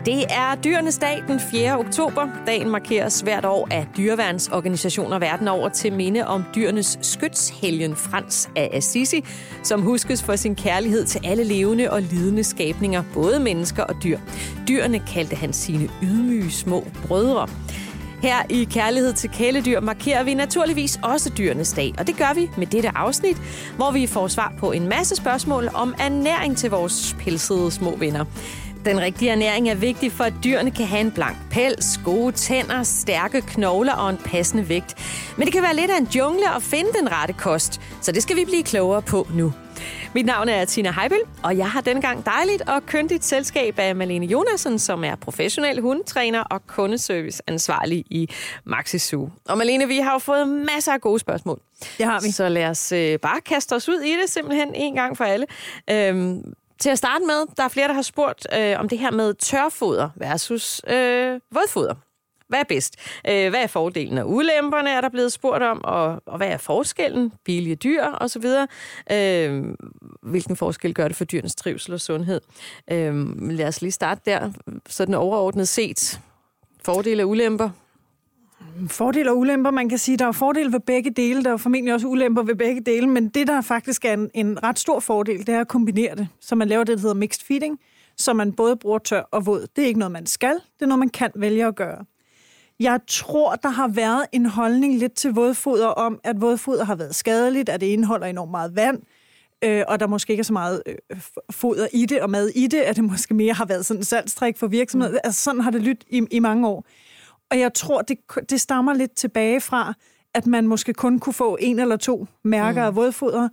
Det er Dyrenes Dag den 4. oktober. Dagen markeres hvert år af dyreværnsorganisationer verden over til minde om dyrenes skytshelgen Frans af Assisi, som huskes for sin kærlighed til alle levende og lidende skabninger, både mennesker og dyr. Dyrene kaldte han sine ydmyge små brødre. Her i Kærlighed til kæledyr markerer vi naturligvis også Dyrenes Dag, og det gør vi med dette afsnit, hvor vi får svar på en masse spørgsmål om ernæring til vores pelsede små venner. Den rigtige ernæring er vigtig for, at dyrene kan have en blank pels, gode tænder, stærke knogler og en passende vægt. Men det kan være lidt af en jungle at finde den rette kost, så det skal vi blive klogere på nu. Mit navn er Tina Heibel, og jeg har denne gang dejligt og kyndigt selskab af Malene Jonasson, som er professionel hundetræner og kundeserviceansvarlig i Maxi Zoo. Og Malene, vi har jo fået masser af gode spørgsmål. Det har vi. Så lad os bare kaste os ud i det simpelthen en gang for alle. Til at starte med, der er flere, der har spurgt om det her med tørfoder versus vådfoder. Hvad er bedst? Hvad er fordelen og ulemperne, er der blevet spurgt om, og hvad er forskellen? Billige dyr og så videre. Hvilken forskel gør det for dyrenes trivsel og sundhed? Lad os lige starte der. Sådan overordnet set. Fordele og ulemper. Fordele og ulemper, man kan sige, der er fordele ved begge dele, der er formentlig også ulemper ved begge dele, men det, der faktisk er en ret stor fordel, det er at kombinere det. Så man laver det, der hedder mixed feeding, så man både bruger tør og våd. Det er ikke noget, man skal, det er noget, man kan vælge at gøre. Jeg tror, der har været en holdning lidt til vådfoder om, at vådfoder har været skadeligt, at det indeholder enormt meget vand, og der måske ikke er så meget foder i det og mad i det, at det måske mere har været sådan en salgstrik for virksomheder. Altså sådan har det lyttet i mange år. Og jeg tror, det stammer lidt tilbage fra, at man måske kun kunne få 1 eller 2 mærker af vådfoder,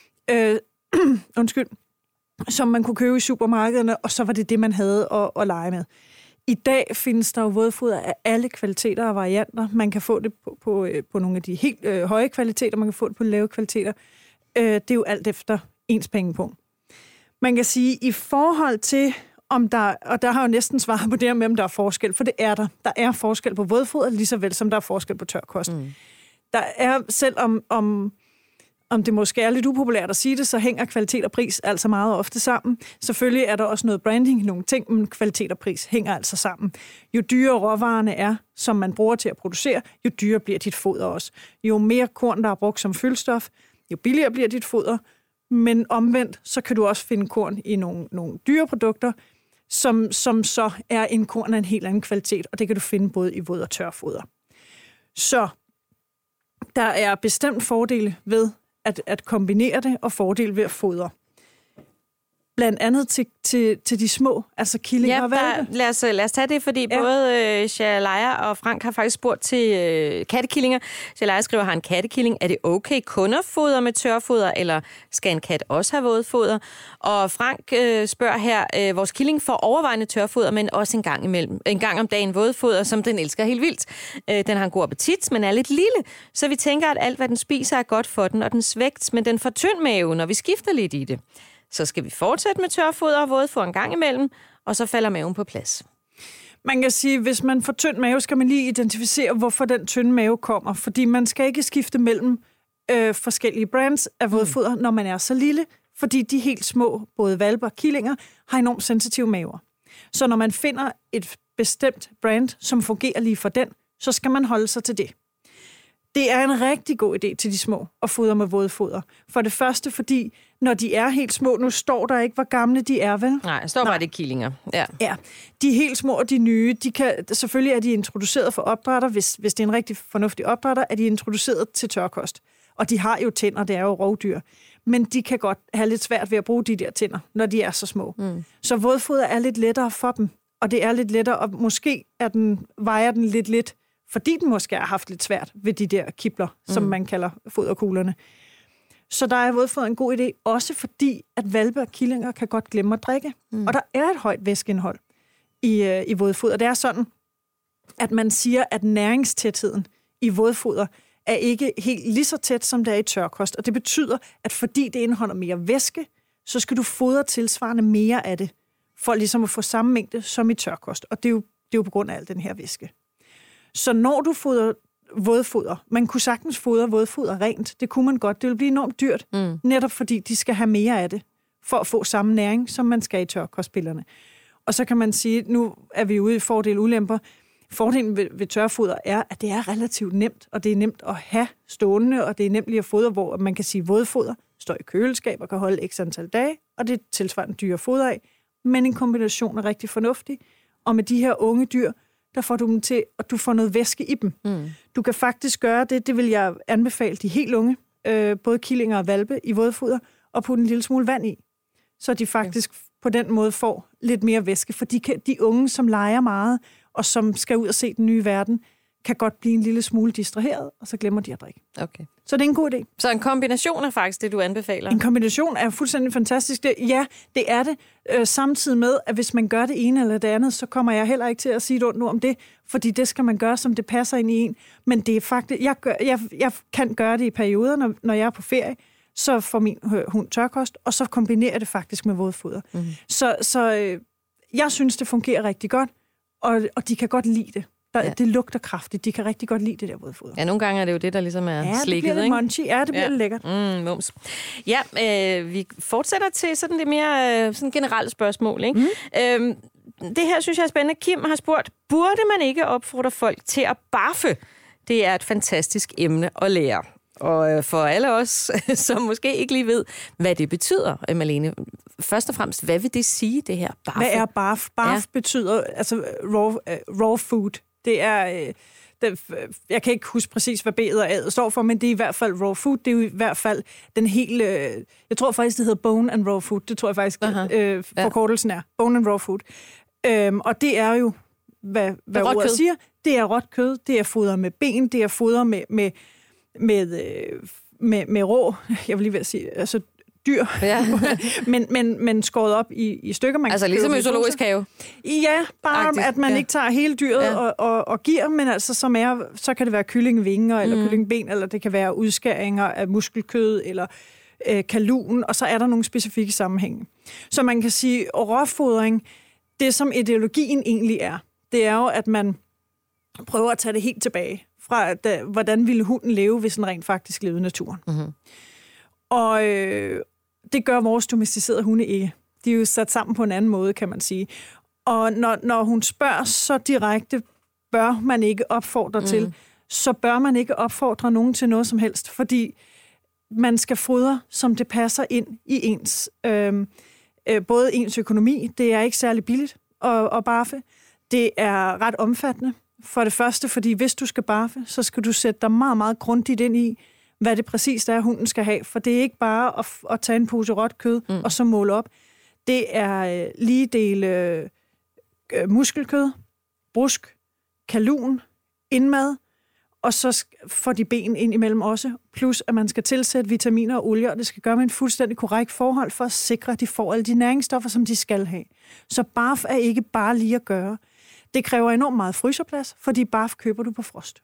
som man kunne købe i supermarkederne, og så var det, man havde at lege med. I dag findes der jo vådfoder af alle kvaliteter og varianter. Man kan få det på nogle af de helt høje kvaliteter, man kan få det på lave kvaliteter. Det er jo alt efter ens pengepunkt. Man kan sige, i forhold til om der, og der har jo næsten svaret på det her med, om der er forskel, for det er der. Der er forskel på vådfoder, lige så vel som der er forskel på tørkost. Der er, selvom om det måske er lidt upopulært at sige det, så hænger kvalitet og pris altså meget ofte sammen. Selvfølgelig er der også noget branding, nogle ting, men kvalitet og pris hænger altså sammen. Jo dyrere råvarerne er, som man bruger til at producere, jo dyrere bliver dit foder også. Jo mere korn, der er brugt som fyldstof, jo billigere bliver dit foder, men omvendt, så kan du også finde korn i nogle dyreprodukter, som så er en korn af en helt anden kvalitet, og det kan du finde både i våd- og tørfoder. Så der er bestemt fordele ved at kombinere det, og fordele ved at fodre. Blandt andet til de små, altså killinger og hvalpe. Lad os tage det, fordi både Shalaya og Frank har faktisk spurgt til kattekillinger. Shalaya skriver, har en kattekilling, er det okay kun at fodre med tørfoder, eller skal en kat også have vådfoder? Og Frank spørger her, vores killing får overvejende tørfoder, men også en gang om dagen vådfoder, som den elsker helt vildt. Den har en god appetit, men er lidt lille, så vi tænker, at alt, hvad den spiser, er godt for den, og den vægt, men den får tynd mave, når vi skifter lidt i det. Så skal vi fortsætte med tørfoder og vådfoder en gang imellem, og så falder maven på plads. Man kan sige, at hvis man får tynd mave, skal man lige identificere, hvorfor den tynde mave kommer. Fordi man skal ikke skifte mellem forskellige brands af vådfoder, når man er så lille. Fordi de helt små, både hvalpe og killinger, har enormt sensitive maver. Så når man finder et bestemt brand, som fungerer lige for den, så skal man holde sig til det. Det er en rigtig god idé til de små at fodre med vådfoder. For det første, fordi når de er helt små, nu står der ikke, hvor gamle de er, vel? Nej, står bare, det er killinger. Ja, de helt små og de nye, selvfølgelig er de introduceret for opdrætter, hvis det er en rigtig fornuftig opdrætter, er de introduceret til tørkost. Og de har jo tænder, det er jo rovdyr. Men de kan godt have lidt svært ved at bruge de der tænder, når de er så små. Så vådfoder er lidt lettere for dem, og det er lidt lettere, og måske vejer den lidt, fordi den måske har haft lidt svært ved de der kibler, som man kalder foderkuglerne. Så der er vådfoder en god idé, også fordi, at hvalpe og killinger kan godt glemme at drikke. Og der er et højt væskeindhold i vådfoder. Det er sådan, at man siger, at næringstætheden i vådfoder er ikke helt lige så tæt, som det er i tørkost. Og det betyder, at fordi det indeholder mere væske, så skal du fodre tilsvarende mere af det, for ligesom at få samme mængde som i tørkost. Og det er jo på grund af al den her væske. Så når du fodrer vådfoder, man kunne sagtens fodre vådfoder rent, det kunne man godt, det vil blive enormt dyrt, netop fordi de skal have mere af det, for at få samme næring, som man skal i tørkostpillerne. Og så kan man sige, nu er vi ude i fordel og ulemper. Fordelen ved tørfoder er, at det er relativt nemt, og det er nemt at have stående, og det er nemt lige at fodre, hvor man kan sige, vådfoder står i køleskab og kan holde x antal dage, og det er tilsvarende dyre foder af. Men en kombination er rigtig fornuftig. Og med de her unge dyr, der får du dem til, at du får noget væske i dem. Du kan faktisk gøre det vil jeg anbefale de helt unge, både killinger og hvalpe i vådfoder, og putte en lille smule vand i. Så de faktisk på den måde får lidt mere væske. For de unge, som leger meget, og som skal ud og se den nye verden, kan godt blive en lille smule distraheret, og så glemmer de at drikke. Okay. Så det er en god idé. Så en kombination er faktisk det, du anbefaler? En kombination er fuldstændig fantastisk. Det er det. Samtidig med, at hvis man gør det ene eller det andet, så kommer jeg heller ikke til at sige et ondt nu om det, fordi det skal man gøre, som det passer ind i en. Men det er faktisk, jeg kan gøre det i perioder, når jeg er på ferie, så får min hund tørkost, og så kombinerer det faktisk med vådfoder. Så jeg synes, det fungerer rigtig godt, og de kan godt lide det. Det lugter kraftigt. De kan rigtig godt lide det der vådfoder. Ja, nogle gange er det jo det, der ligesom er slikket, ikke? Ja, det bliver lidt munchy. Ja, det bliver lidt lækkert. Mums. Ja, vi fortsætter til sådan det mere sådan generelle spørgsmål, ikke? Det her synes jeg er spændende. Kim har spurgt, burde man ikke opfordre folk til at barfe? Det er et fantastisk emne at lære. Og for alle os, som måske ikke lige ved, hvad det betyder, Malene, først og fremmest, hvad vil det sige, det her barf? Hvad er barf? Barf betyder altså raw food. Det er, jeg kan ikke huske præcis, hvad B'et og A'et står for, men det er i hvert fald raw food. Det er jo i hvert fald den hele, jeg tror faktisk, det hedder bone and raw food. Det tror jeg faktisk, forkortelsen er. Bone and raw food. Og det er jo, hvad ordet siger, det er råt kød, det er foder med ben, det er foder med rå, jeg vil lige ved at sige, altså dyr, men skåret op i stykker. Man altså ligesom i zoologisk have? Ja, bare at man ikke tager hele dyret og giver, men altså så kan det være kyllingvinger eller kyllingben, eller det kan være udskæringer af muskelkød eller kalun, og så er der nogle specifikke sammenhænge. Så man kan sige, at råfodring, det som ideologien egentlig er, det er jo, at man prøver at tage det helt tilbage fra, hvordan ville hunden leve, hvis den rent faktisk levede i naturen. Og det gør vores domesticerede hunde ikke. De er jo sat sammen på en anden måde, kan man sige. Og når hun spørger så direkte, bør man ikke opfordre til, så bør man ikke opfordre nogen til noget som helst, fordi man skal fodre, som det passer ind i ens, både ens økonomi. Det er ikke særlig billigt at barfe. Det er ret omfattende. For det første, fordi hvis du skal barfe, så skal du sætte dig meget, meget grundigt ind i, hvad det præcis er, hunden skal have. For det er ikke bare at tage en pose råt kød og så måle op. Det er lige dele muskelkød, brusk, kalun, indmad, og så får de ben ind imellem også. Plus, at man skal tilsætte vitaminer og olie, og det skal gøre med en fuldstændig korrekt forhold for at sikre, at de får alle de næringsstoffer, som de skal have. Så barf er ikke bare lige at gøre. Det kræver enormt meget fryserplads, fordi barf køber du på frost.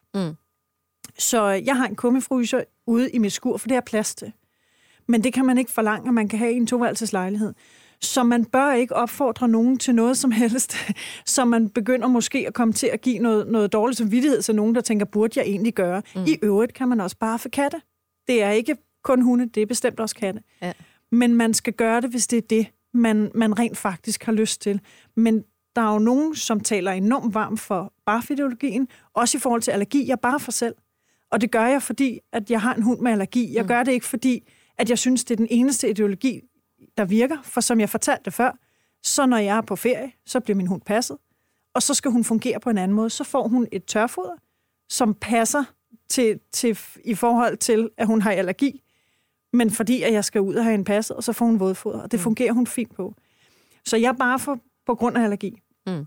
Så jeg har en kummefryser ude i mit skur, for det er plads til. Men det kan man ikke forlange, at man kan have i en toværelseslejlighed. Så man bør ikke opfordre nogen til noget som helst, så man begynder måske at komme til at give noget dårlig samvittighed til nogen, der tænker, burde jeg egentlig gøre. I øvrigt kan man også bare få katte. Det er ikke kun hunde, det er bestemt også katte. Ja. Men man skal gøre det, hvis det er det, man rent faktisk har lyst til. Men der er jo nogen, som taler enormt varmt for barfideologien, også i forhold til allergi. Jeg barfer selv. Og det gør jeg, fordi at jeg har en hund med allergi. Jeg gør det ikke, fordi at jeg synes, det er den eneste ideologi, der virker. For som jeg fortalte det før, så når jeg er på ferie, så bliver min hund passet. Og så skal hun fungere på en anden måde. Så får hun et tørfoder, som passer til i forhold til, at hun har allergi. Men fordi at jeg skal ud og have en passet, og så får hun vådfoder. Og det fungerer hun fint på. Så jeg barfer på grund af allergi.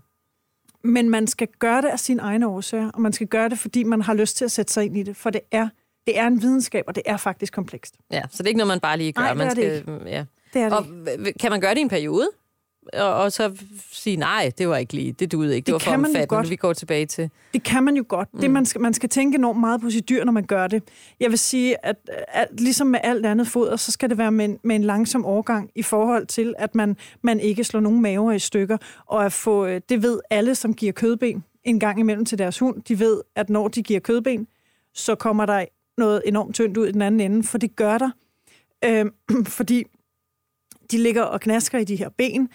Men man skal gøre det af sine egne årsager, og man skal gøre det, fordi man har lyst til at sætte sig ind i det. For det er en videnskab, og det er faktisk komplekst. Ja, så det er ikke noget, man bare lige gør. Nej, man skal, ja. Det er det. Og kan man gøre det i en periode? Og så sige, nej, det var ikke lige, det duede ikke, det var for omfattende, vi går tilbage til. Det kan man jo godt. Det, man skal tænke enormt meget på sit dyr, når man gør det. Jeg vil sige, at ligesom med alt andet foder, så skal det være med en langsom overgang i forhold til, at man ikke slår nogen maver i stykker, og at få, det ved alle, som giver kødben en gang imellem til deres hund, de ved, at når de giver kødben, så kommer der noget enormt tyndt ud i den anden ende, for det gør der, fordi de ligger og knasker i de her ben.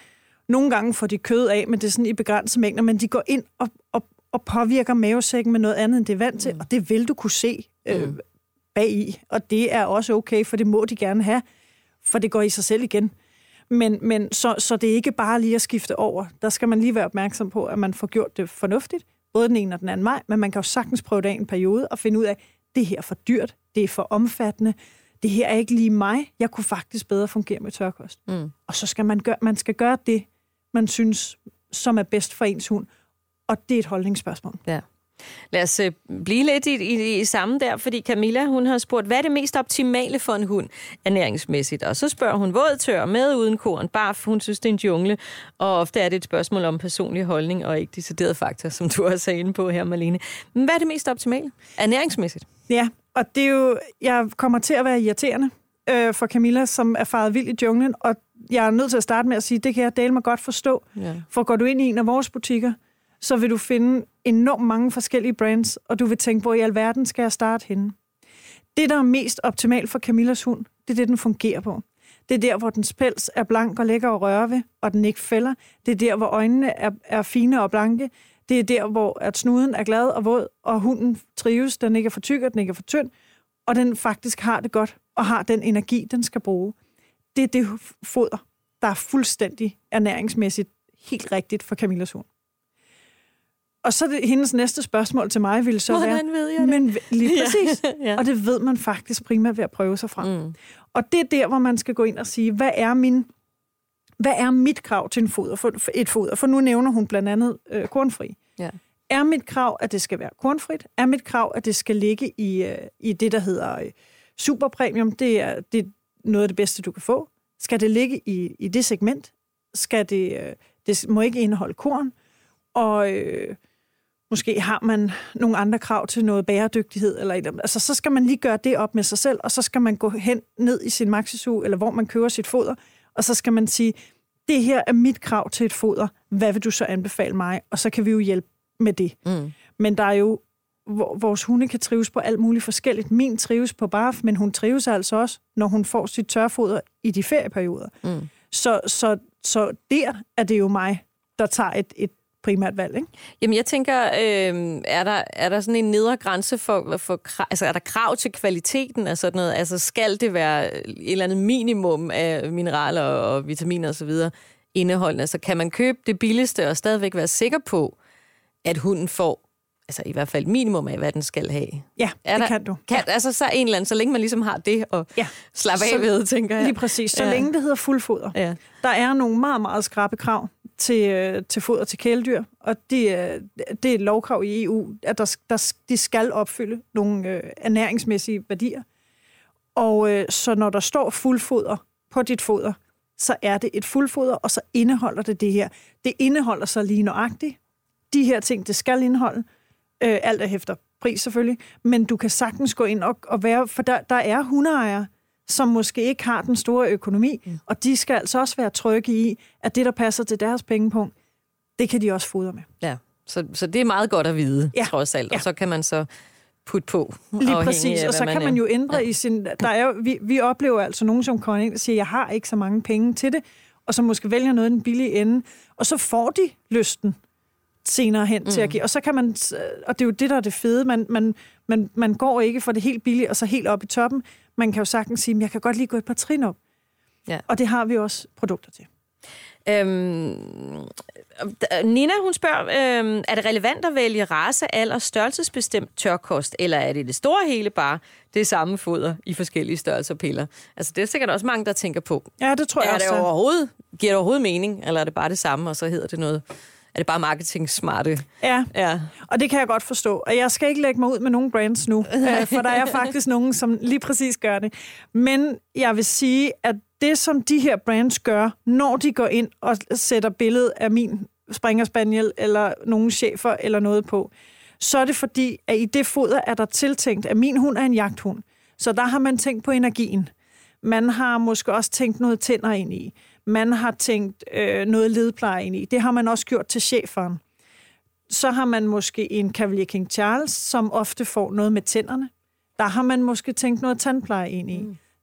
Nogle gange får de kød af, men det er sådan i begrænsede mængder, men de går ind og påvirker mavesækken med noget andet, end det er vant til, og det vil du kunne se bagi, og det er også okay, for det må de gerne have, for det går i sig selv igen. Men så det er ikke bare lige at skifte over. Der skal man lige være opmærksom på, at man får gjort det fornuftigt, både den ene og den anden vej, men man kan jo sagtens prøve det af en periode og finde ud af, det her er for dyrt, det er for omfattende, det her er ikke lige mig, jeg kunne faktisk bedre fungere med tørkost. Og så skal man skal gøre det, man synes, som er bedst for ens hund, og det er et holdningsspørgsmål. Ja. Lad os blive lidt i samme der, fordi Camilla, hun har spurgt, hvad er det mest optimale for en hund ernæringsmæssigt? Og så spørger hun våd, tør, med uden korn, barf, hun synes, det er en jungle, og ofte er det et spørgsmål om personlig holdning, og ikke decideret faktor, som du også er inde på her, Marlene. Men hvad er det mest optimale ernæringsmæssigt? Ja, og det er jo, jeg kommer til at være irriterende for Camilla, som er faret vild i junglen, og jeg er nødt til at starte med at sige, det kan jeg dele mig godt forstå, for går du ind i en af vores butikker, så vil du finde enormt mange forskellige brands, og du vil tænke, hvor i alverden skal jeg starte henne? Det, der er mest optimalt for Camillas hund, det er det, den fungerer på. Det er der, hvor dens pels er blank og lækker at røre ved, og den ikke fælder. Det er der, hvor øjnene er fine og blanke. Det er der, hvor at snuden er glad og våd, og hunden trives, den ikke er for tyk, og den ikke er for tynd, og den faktisk har det godt, og har den energi, den skal bruge. Det er det foder, der er fuldstændig ernæringsmæssigt helt rigtigt for Camillas hund. Og så det, hendes næste spørgsmål til mig ville så være... Hvordan ved jeg det? Men lige præcis. Ja. Og det ved man faktisk primært ved at prøve sig frem. Og det er der, hvor man skal gå ind og sige, hvad er mit krav til et foder? For nu nævner hun blandt andet kornfri. Ja. Er mit krav, at det skal være kornfrit? Er mit krav, at det skal ligge i det, der hedder superpremium? Det er noget af det bedste, du kan få. Skal det ligge i det segment? Skal det må ikke indeholde korn? Og måske har man nogle andre krav til noget bæredygtighed, eller altså, så skal man lige gøre det op med sig selv, og så skal man gå ned i sin Maxi-Zoo, eller hvor man køber sit foder, og så skal man sige, det her er mit krav til et foder, hvad vil du så anbefale mig? Og så kan vi jo hjælpe med det. Men der er jo, vores hunde kan trives på alt muligt forskelligt. Min trives på barf, men hun trives altså også, når hun får sit tørfoder i de ferieperioder. Så der er det jo mig, der tager et primært valg, ikke? Jamen, jeg tænker, er der sådan en nedre grænse for altså er der krav til kvaliteten af sådan noget? Altså, skal det være et eller andet minimum af mineraler og vitaminer osv. indeholdende? Altså, kan man købe det billigste og stadigvæk være sikker på, at hunden får, altså i hvert fald minimum af, hvad den skal have? Ja, kan du. Altså, så en eller anden, så længe man ligesom har det og slappe af ved, tænker jeg. Lige præcis. Så længe det hedder fuldfoder. Ja. Der er nogle meget, meget skrappe krav til foder til kæledyr, og det er et lovkrav i EU, at de skal opfylde nogle ernæringsmæssige værdier. Og så når der står fuldfoder på dit foder, så er det et fuldfoder, og så indeholder det her. Det indeholder så lige nøjagtigt de her ting, det skal indeholde. Alt er efter pris selvfølgelig, men du kan sagtens gå ind og være, for der er hundeejere, som måske ikke har den store økonomi, og de skal altså også være trygge i, at det, der passer til deres pengepunkt, det kan de også fodre med. Ja, så det er meget godt at vide, trods alt, og så kan man så putte på. Lige præcis, og så kan man jo ændre i sin... Vi oplever altså nogen, som kommer ind og siger, jeg har ikke så mange penge til det, og så måske vælger noget i den billige ende, og så får de lysten senere hen til at give. Og så kan man, og det er jo det, der er det fede, man går ikke for det helt billige, og så helt op i toppen. Man kan jo sagtens sige, jeg kan godt lige gå et par trin op. Ja. Og det har vi også produkter til. Nina, hun spørger, er det relevant at vælge race, alder, størrelsesbestemt tørkost, eller er det store hele bare det samme foder i forskellige størrelser og piller? Altså, det er sikkert også mange, der tænker på. Ja, det tror jeg også. Giver det overhovedet mening, eller er det bare det samme, og så hedder det noget... Er det bare marketing-smarte? Ja, og det kan jeg godt forstå. Og jeg skal ikke lægge mig ud med nogen brands nu, for der er faktisk nogen, som lige præcis gør det. Men jeg vil sige, at det, som de her brands gør, når de går ind og sætter billedet af min Springer Spaniel, eller nogen chefer, eller noget på, så er det fordi, at i det foder er der tiltænkt, at min hund er en jagthund. Så der har man tænkt på energien. Man har måske også tænkt noget tænder ind i. Man har tænkt noget ledpleje ind i. Det har man også gjort til cheferen. Så har man måske en Cavalier King Charles, som ofte får noget med tænderne. Der har man måske tænkt noget tandpleje ind i.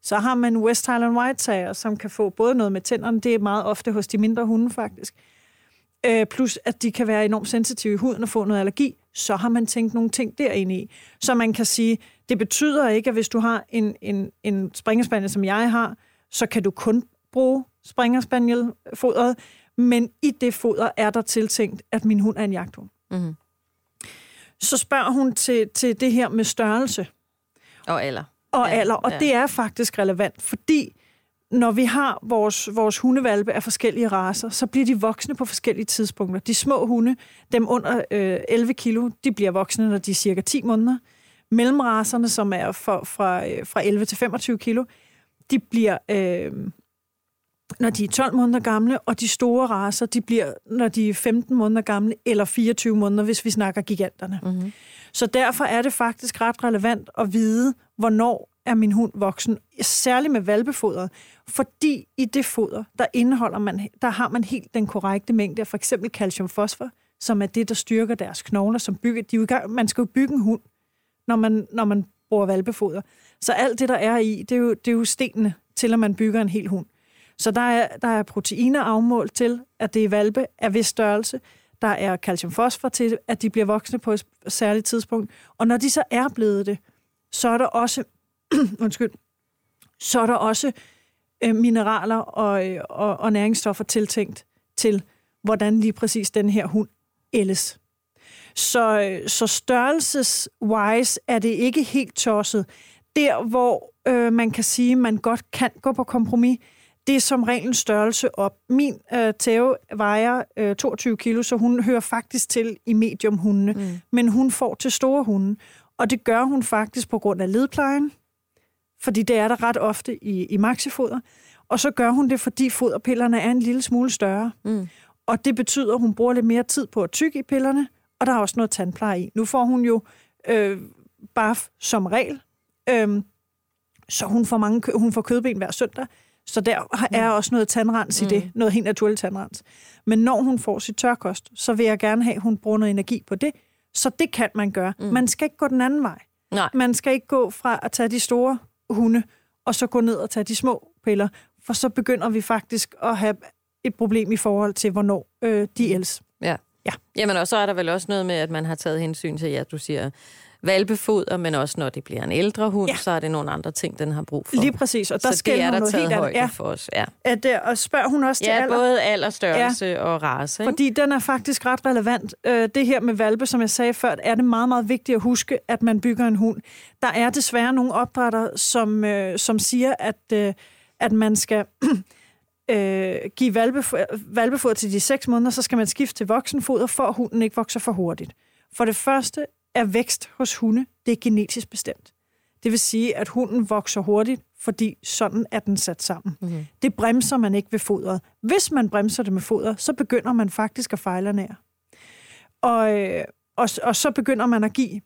Så har man West Highland White Terrier, som kan få både noget med tænderne, det er meget ofte hos de mindre hunde faktisk, plus at de kan være enormt sensitive i huden og få noget allergi, så har man tænkt nogle ting derinde i. Så man kan sige, det betyder ikke, at hvis du har en springerspaniel, som jeg har, så kan du kun bruge springerspanielfodret, men i det foder er der tiltænkt, at min hund er en jagthund. Mm-hmm. Så spørger hun til det her med størrelse. Og alder. Og det er faktisk relevant, fordi når vi har vores hundevalpe af forskellige racer, så bliver de voksne på forskellige tidspunkter. De små hunde, dem under 11 kilo, de bliver voksne, når de er cirka 10 måneder. Mellemracerne, som er fra 11 til 25 kilo, de bliver, når de er 12 måneder gamle, og de store racer, de bliver, når de er 15 måneder gamle, eller 24 måneder, hvis vi snakker giganterne. Mm-hmm. Så derfor er det faktisk ret relevant at vide, hvornår er min hund voksen, særligt med hvalpefodret, fordi i det foder, der har man helt den korrekte mængde af for eksempel calciumfosfor, som er det, der styrker deres knogler, som bygger, man skal jo bygge en hund, når man bruger hvalpefoder. Så alt det, der er i, det er jo stenene til, at man bygger en hel hund. Så der er proteiner afmålt til, at det er hvalpe af vis størrelse. Der er calciumfosfor til, at de bliver voksne på et særligt tidspunkt. Og når de så er blevet det, så er der også mineraler og næringsstoffer tiltænkt til, hvordan lige præcis den her hund ældes. Så størrelses-wise er det ikke helt tosset. Der, hvor man kan sige, at man godt kan gå på kompromis, det er som regel en størrelse op. Min Theo vejer 22 kilo, så hun hører faktisk til i mediumhundene, men hun får til store hunde. Og det gør hun faktisk på grund af ledplejen, fordi det er der ret ofte i maxifoder. Og så gør hun det, fordi foderpillerne er en lille smule større. Mm. Og det betyder, at hun bruger lidt mere tid på at tygge i pillerne, og der er også noget tandpleje i. Nu får hun jo barf som regel, så hun får kødben hver søndag, så der er også noget tandrens i det, noget helt naturligt tandrens. Men når hun får sit tørkost, så vil jeg gerne have, at hun bruger noget energi på det, så det kan man gøre. Man skal ikke gå den anden vej. Nej. Man skal ikke gå fra at tage de store hunde, og så gå ned og tage de små piller, for så begynder vi faktisk at have et problem i forhold til, hvornår de ældes. Ja. Jamen, og så er der vel også noget med, at man har taget hensyn til, ja, du siger hvalpefoder, men også når det bliver en ældre hund, så er det nogle andre ting, den har brug for. Lige præcis, og der så skal det er der noget taget højde for os. Ja. Og spørger hun også til alder? Ja, både alder, størrelse og race. Ikke? Fordi den er faktisk ret relevant. Det her med hvalpe, som jeg sagde før, er det meget, meget vigtigt at huske, at man bygger en hund. Der er desværre nogle opdrættere, som siger, at man skal give hvalpefoder til de 6 måneder, så skal man skifte til voksenfoder, for at hunden ikke vokser for hurtigt. For det første er vækst hos hunde, det er genetisk bestemt. Det vil sige, at hunden vokser hurtigt, fordi sådan er den sat sammen. Mm-hmm. Det bremser man ikke ved fodret. Hvis man bremser det med fodret, så begynder man faktisk at fejlernære. Og så begynder man at give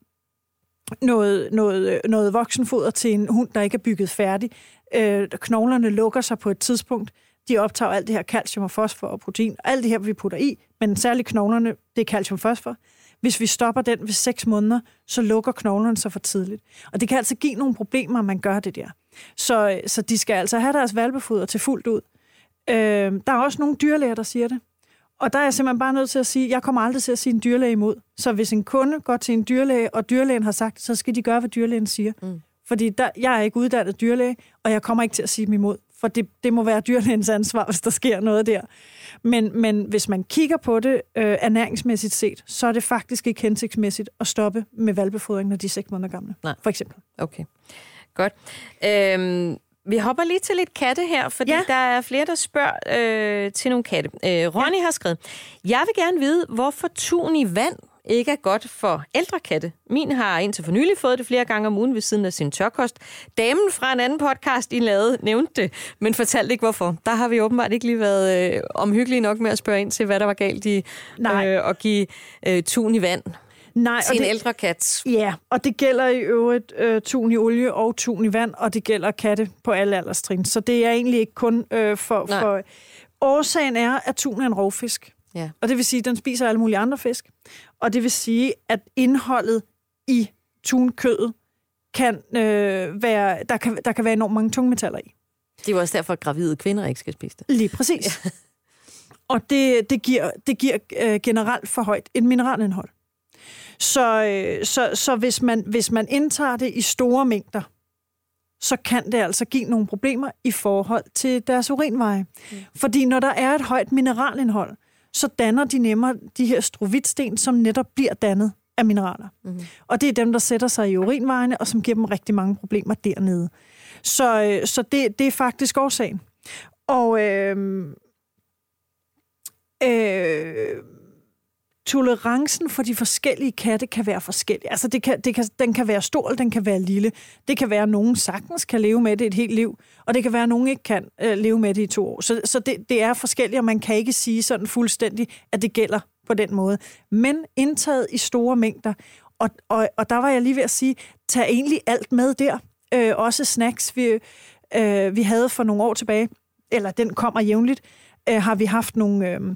noget voksenfoder til en hund, der ikke er bygget færdig. Knoglerne lukker sig på et tidspunkt. De optager alt det her calcium og fosfor og protein. Alt det her, vi putter i, men særligt knoglerne, det er calcium og fosfor. Hvis vi stopper den ved 6 måneder, så lukker knoglerne sig for tidligt. Og det kan altså give nogle problemer, at man gør det der. Så de skal altså have deres hvalpefoder til fuldt ud. Der er også nogle dyrlæger, der siger det. Og der er jeg simpelthen bare nødt til at sige, jeg kommer aldrig til at sige en dyrlæge imod. Så hvis en kunde går til en dyrlæge, og dyrlægen har sagt, så skal de gøre, hvad dyrlægen siger. Mm. Fordi jeg er ikke uddannet dyrlæge, og jeg kommer ikke til at sige dem imod. For det må være dyrlægens ansvar, hvis der sker noget der. Men hvis man kigger på det ernæringsmæssigt set, så er det faktisk ikke hensigtsmæssigt at stoppe med hvalpefodring, når de er 6 måneder gamle. Nej. For eksempel. Okay, godt. Vi hopper lige til lidt katte her, fordi der er flere, der spørger til nogle katte. Ronny har skrevet, jeg vil gerne vide, hvorfor tun i vand ikke er godt for ældre katte. Min har indtil for nylig fået det flere gange om ugen ved siden af sin tørkost. Damen fra en anden podcast, I lavede, nævnte det, men fortalte ikke hvorfor. Der har vi åbenbart ikke lige været omhyggelige nok med at spørge ind til, hvad der var galt i at give tun i vand. Nej, til en ældre kat. Ja, og det gælder i øvrigt tun i olie og tun i vand, og det gælder katte på alle alderstrin. Så det er egentlig ikke kun for... Årsagen er, at tun er en rovfisk. Ja. Og det vil sige, at den spiser alle mulige andre fisk. Og det vil sige, at indholdet i tunkødet kan være, der kan være enormt mange tungmetaller i. Det er jo også derfor, at gravide kvinder ikke skal spise det. Lige præcis. Ja. Og det giver generelt for højt et mineralindhold. Så hvis man indtager det i store mængder, så kan det altså give nogle problemer i forhold til deres urinveje. Fordi når der er et højt mineralindhold, så danner de nemmere de her strovitsten, som netop bliver dannet af mineraler. Og det er dem, der sætter sig i urinvejene, og som giver dem rigtig mange problemer dernede. Så det er faktisk årsagen. Og tolerancen for de forskellige katte kan være forskellig. Altså den kan være stor, den kan være lille. Det kan være, at nogen sagtens kan leve med det et helt liv, og det kan være, at nogen ikke kan leve med det i 2 år. Så det er forskelligt, og man kan ikke sige sådan fuldstændig, at det gælder på den måde. Men indtaget i store mængder, og der var jeg lige ved at sige, tag egentlig alt med der. Også snacks, vi havde for nogle år tilbage, eller den kommer jævnligt, har vi haft nogle...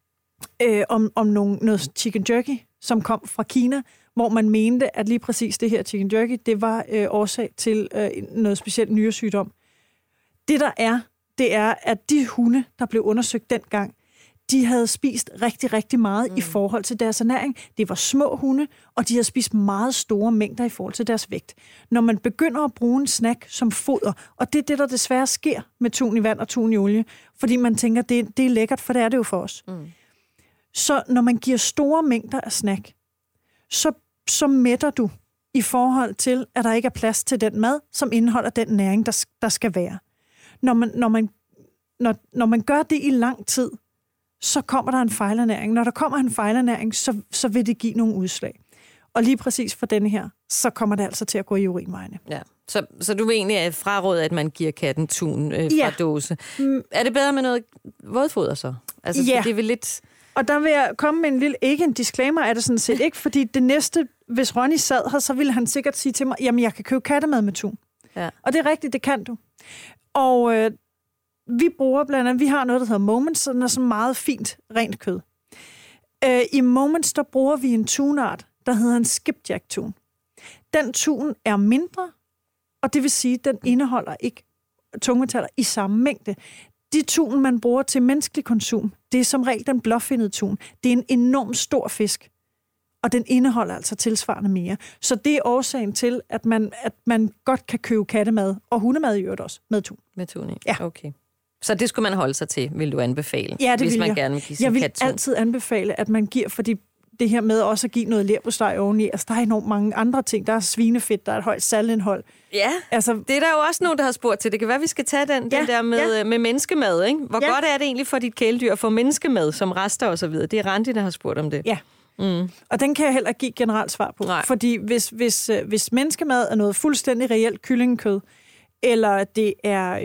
noget chicken jerky, som kom fra Kina, hvor man mente, at lige præcis det her chicken jerky, det var årsag til noget specielt nyresygdom. Det er, at de hunde, der blev undersøgt dengang, de havde spist rigtig, rigtig meget i forhold til deres ernæring. Det var små hunde, og de havde spist meget store mængder i forhold til deres vægt. Når man begynder at bruge en snack som foder, og det er det, der desværre sker med tun i vand og tun i olie, fordi man tænker, det er lækkert, for det er det jo for os. Så når man giver store mængder af snack, så mætter du i forhold til, at der ikke er plads til den mad, som indeholder den næring, der skal være. Når man gør det i lang tid, så kommer der en fejlernæring. Når der kommer en fejlernæring, så vil det give nogle udslag. Og lige præcis for denne her, så kommer det altså til at gå i urinvejene. Ja. Så du vil egentlig fraråde, at man giver katten tun fra dåse. Er det bedre med noget vådfoder så? Altså, ja. Det er vel lidt... Og der vil jeg komme med ikke en disclaimer, er det sådan set ikke, fordi det næste, hvis Ronny sad her, så ville han sikkert sige til mig, jamen jeg kan købe kattemad med tun. Ja. Og det er rigtigt, det kan du. Og vi bruger blandt andet, vi har noget, der hedder Moments, så den er sådan meget fint, rent kød. I Moments, der bruger vi en tunart, der hedder en skipjack-tun. Den tun er mindre, og det vil sige, at den indeholder ikke tungmetaller i samme mængde. De tun, man bruger til menneskelig konsum, det er som regel den blåfindede tun. Det er en enormt stor fisk, og den indeholder altså tilsvarende mere. Så det er årsagen til, at man godt kan købe kattemad, og hundemad i øvrigt også, med tun. Med tun, ja. Okay. Så det skulle man holde sig til, vil du anbefale? Ja, det hvis vil man jeg. Gerne vil give sin jeg vil kat-tun. altid anbefale, at man giver, fordi det her med også at give noget leverpostej oveni, altså der er enormt mange andre ting. Der er svinefedt, der er et højt saltindhold. Ja, altså, det er der jo også nogen, der har spurgt til. Det kan være, vi skal tage den der med menneskemad, ikke? Hvor godt er det egentlig for dit kæledyr at få menneskemad som rester og så videre? Det er Randi, der har spurgt om det. Ja, og den kan jeg heller give generelt svar på. Nej. Fordi hvis menneskemad er noget fuldstændig reelt kyllingekød, eller det er...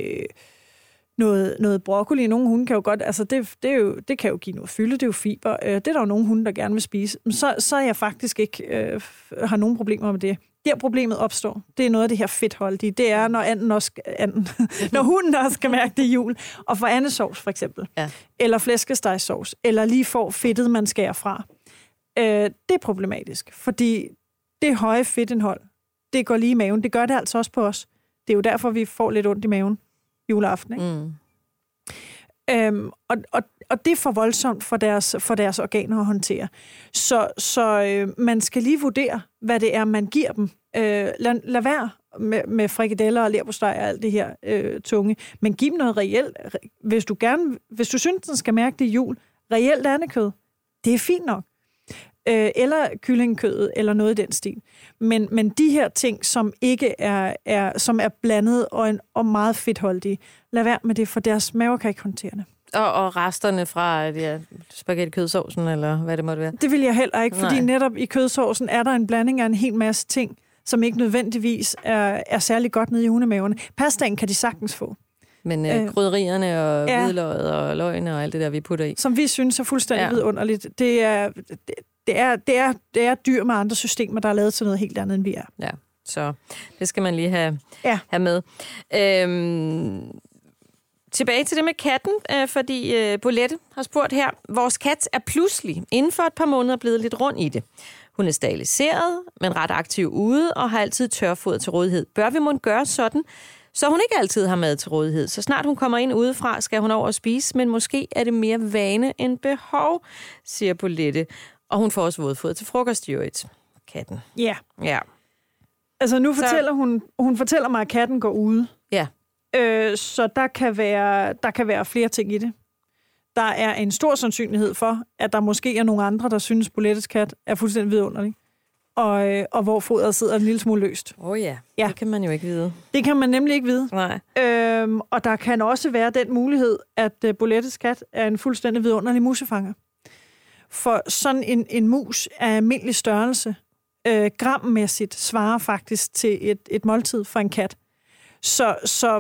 Noget broccoli. Nogle hunde kan jo godt, altså det kan jo give noget fylde, det er jo fiber. Det er der jo nogle hunde, der gerne vil spise. Så er jeg faktisk ikke har nogen problemer med det. Der problemet opstår, det er noget af det her fedtholdige. Det er, når hunden også skal mærke det i jul. Og for andesovs for eksempel. Ja. Eller flæskestegsovs. Eller lige får fedtet, man skærer fra. Det er problematisk. Fordi det høje fedtindhold, det går lige i maven. Det gør det altså også på os. Det er jo derfor, vi får lidt ondt i maven juleaften, ikke? Og det er for voldsomt for deres organer at håndtere. Så man skal lige vurdere, hvad det er, man giver dem. Lad være med frikadeller og leverpostej og alt det her tunge. Men giv dem noget reelt. Hvis du synes, den skal mærke det i jul, reelt andekød, det er fint nok. Eller kyllingekødet, eller noget i den stil. Men de her ting, som ikke som er blandet og meget fedtholdige, lad være med det, for deres maver kan ikke håndtere det. Og resterne fra spaghetti-kødsovsen, eller hvad det måtte være? Det vil jeg heller ikke, fordi netop i kødsovsen er der en blanding af en hel masse ting, som ikke nødvendigvis er særlig godt nede i hundemaverne. Pastaen kan de sagtens få. Men krydderierne og hvidløget og løgene og alt det der, vi putter i. Som vi synes er fuldstændig vidunderligt. Det er dyr med andre systemer, der er lavet til noget helt andet, end vi er. Ja, så det skal man lige have med. Tilbage til det med katten, fordi Bolette har spurgt her. Vores kat er pludselig inden for et par måneder blevet lidt rund i det. Hun er steriliseret, men ret aktiv ude og har altid tørfoder til rådighed. Bør vi måske gøre sådan, så hun ikke altid har mad til rådighed? Så snart hun kommer ind udefra, skal hun over og spise, men måske er det mere vane end behov, siger Bolette. Og hun får også vådfoder til frokost, katten. Ja. Ja. Altså nu fortæller hun fortæller mig, at katten går ude. Ja. Så der kan være flere ting i det. Der er en stor sandsynlighed for, at der måske er nogle andre, der synes, Bolettes kat er fuldstændig vidunderlig. Og hvor fodret sidder en lille smule løst. Ja, det kan man jo ikke vide. Det kan man nemlig ikke vide. Nej. Og der kan også være den mulighed, at Bolettes kat er en fuldstændig vidunderlig musefanger. For sådan en mus af almindelig størrelse, grammæssigt, svarer faktisk til et måltid for en kat. Så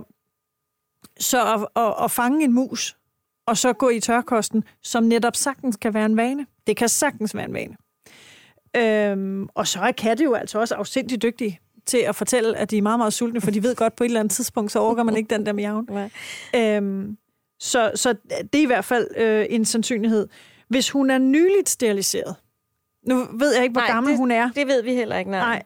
at fange en mus, og så gå i tørkosten, som netop sagtens kan være en vane. Det kan sagtens være en vane. Og så er katte jo altså også afsindigt dygtige til at fortælle, at de er meget, meget sultne, for de ved godt, på et eller andet tidspunkt, så overgår man ikke den der miaven. Så det er i hvert fald en sandsynlighed. Hvis hun er nyligt steriliseret, nu ved jeg ikke, hvor gammel hun er. Det ved vi heller ikke, nej.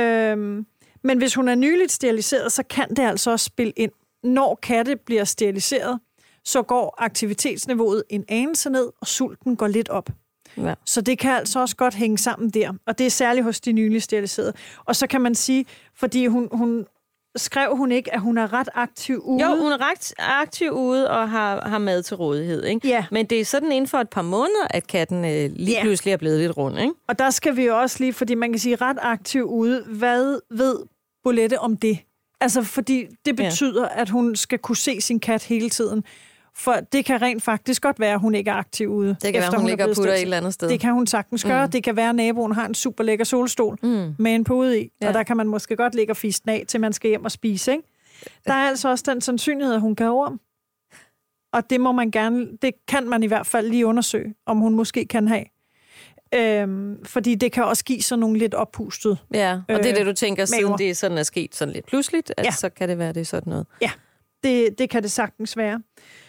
Men hvis hun er nyligt steriliseret, så kan det altså også spille ind. Når katte bliver steriliseret, så går aktivitetsniveauet en anelse ned, og sulten går lidt op. Ja. Så det kan altså også godt hænge sammen der. Og det er særligt hos de nyligt steriliserede. Og så kan man sige, fordi hun skrev hun ikke, at hun er ret aktiv ude? Jo, hun er ret aktiv ude og har mad til rådighed. Ikke? Ja. Men det er sådan inden for et par måneder, at katten lige pludselig er blevet lidt rund. Ikke? Og der skal vi jo også lige, fordi man kan sige ret aktiv ude. Hvad ved Bolette om det? Altså, fordi det betyder, at hun skal kunne se sin kat hele tiden. For det kan rent faktisk godt være, at hun ikke er aktiv ude. Det kan være, hun ligger og putter et eller andet sted. Det kan hun sagtens gøre. Det kan være, at naboen har en super lækker solstol med en pude i. Og der kan man måske godt ligge og fiste den af, til man skal hjem og spise. Ikke? Der er altså også den sandsynlighed, at hun kan orm. Og det må man gerne, det kan man i hvert fald lige undersøge, om hun måske kan have. Fordi det kan også give sådan nogle lidt oppustet. Ja, og det er det, du tænker, maver. siden det sådan er sket sådan lidt pludseligt, at så kan det være, det er sådan noget. Ja, det kan det sagtens være.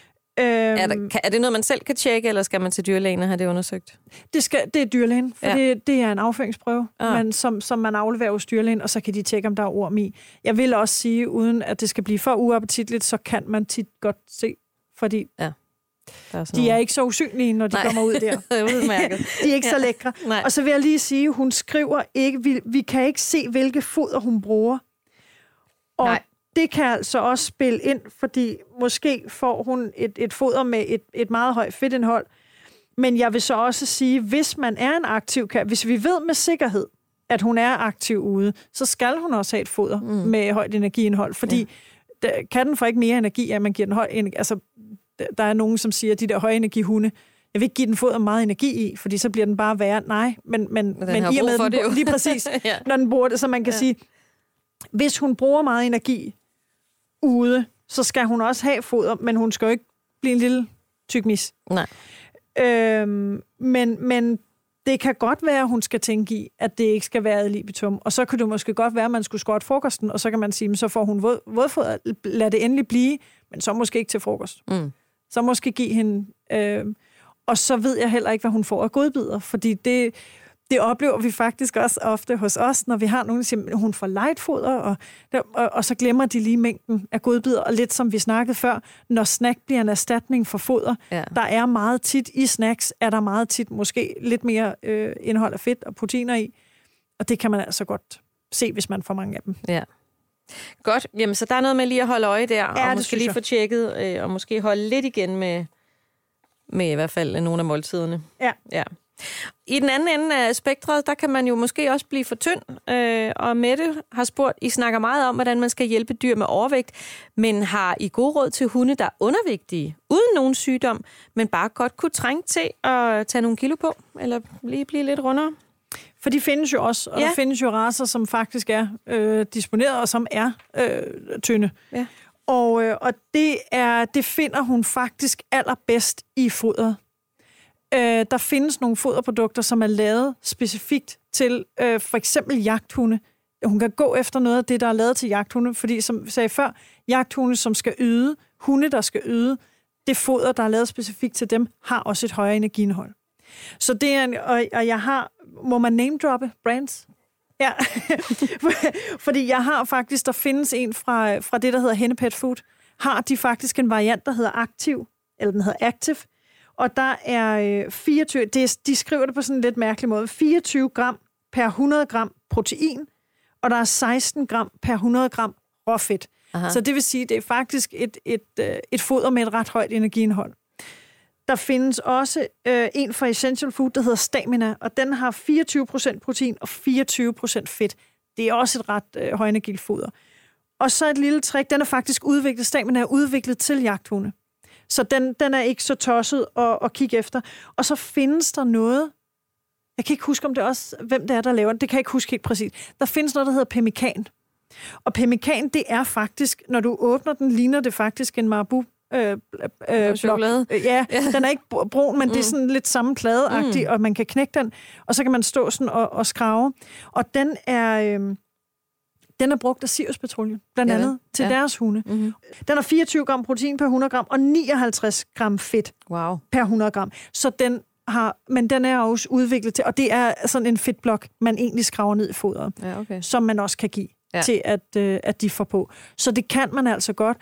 Er det noget, man selv kan tjekke, eller skal man til dyrlægen og have det undersøgt? Det er dyrlægen, for det er en afføringsprøve, som man afleverer hos dyrlægen, og så kan de tjekke, om der er orm i. Jeg vil også sige, uden at det skal blive for uappetitligt, så kan man tit godt se, fordi de er ikke så usynlige, når de kommer ud der. De er ikke så lækre. Og så vil jeg lige sige, hun skriver ikke, vi kan ikke se, hvilke foder hun bruger. Og det kan altså også spille ind, fordi måske får hun et foder med et meget højt fedtindhold. Men jeg vil så også sige, hvis man er en aktiv kat, hvis vi ved med sikkerhed, at hun er aktiv ude, så skal hun også have et foder med højt energiindhold. Fordi katten får ikke mere energi, at man giver den høj energi. Altså, der er nogen, som siger, at de der høje energihunde, jeg vil ikke give den foder meget energi i, fordi så bliver den bare værre. Nej, men i og med den, lige præcis, når den bruger det, så man kan sige, hvis hun bruger meget energi ude, så skal hun også have foder, men hun skal jo ikke blive en lille tyk mis. Nej. Men det kan godt være, at hun skal tænke i, at det ikke skal være ad libitum. Og så kunne det måske godt være, at man skulle skåre frokosten, og så kan man sige, så får hun vådfoder. Lad det endelig blive, men så måske ikke til frokost. Så måske give hende... og så ved jeg heller ikke, hvad hun får af godbidder, fordi det oplever vi faktisk også ofte hos os, når vi har nogen, der siger, at hun får lightfoder, og så glemmer de lige mængden af godbidder. Og lidt som vi snakkede før, når snack bliver en erstatning for foder, der er meget tit i snacks, er der meget tit måske lidt mere indhold af fedt og proteiner i. Og det kan man altså godt se, hvis man får mange af dem. Ja. Godt. Jamen, så der er noget med lige at holde øje der, og måske lige få tjekket, og måske holde lidt igen med i hvert fald nogle af måltiderne. Ja. I den anden ende af spektret, der kan man jo måske også blive for tynd, og Mette har spurgt, I snakker meget om, hvordan man skal hjælpe dyr med overvægt, men har I gode råd til hunde, der er undervægtige, uden nogen sygdom, men bare godt kunne trænge til at tage nogle kilo på, eller lige blive lidt rundere? For de findes jo også, og der findes jo racer, som faktisk er disponeret, og som er tynde. Ja. Og det finder hun faktisk allerbedst i fodret. Der findes nogle foderprodukter, som er lavet specifikt til for eksempel jagthunde. Hun kan gå efter noget af det, der er lavet til jagthunde, fordi som jeg sagde før, jagthunde, som skal yde, hunde, der skal yde, det foder, der er lavet specifikt til dem, har også et højere energiindhold. Så det er og jeg har må man name-droppe brands? Ja, fordi jeg har faktisk, der findes en fra det, der hedder Henne Pet Food, har de faktisk en variant, der hedder Active, eller den hedder Active, og der er 24, de skriver det på sådan en lidt mærkelig måde, 24 gram per 100 gram protein, og der er 16 gram per 100 gram råfedt. Aha. Så det vil sige, det er faktisk et foder med et ret højt energiindhold. Der findes også en fra Essential Food, der hedder Stamina, og den har 24% protein og 24% fedt. Det er også et ret højenergilt foder. Og så et lille trick, den er faktisk udviklet, Stamina er udviklet til jagthunde. Så den er ikke så tosset at kigge efter. Og så findes der noget, jeg kan ikke huske, om det er også, hvem det er, der laver det kan jeg ikke huske helt præcis. Der findes noget, der hedder pemmikan. Og pemmikan, det er faktisk, når du åbner den, ligner det faktisk en Marabou chokolade. Ja, den er ikke brun, men det er sådan lidt samme pladeagtigt, og man kan knække den, og så kan man stå sådan og skrave. Og den er brugt af Sirius Petroleum, blandt andet til deres hunde. Mm-hmm. Den har 24 gram protein per 100 gram, og 59 gram fedt per 100 gram. Så men den er også udviklet til, og det er sådan en fedtblok, man egentlig skraver ned i foderet, som man også kan give til, at de får på. Så det kan man altså godt.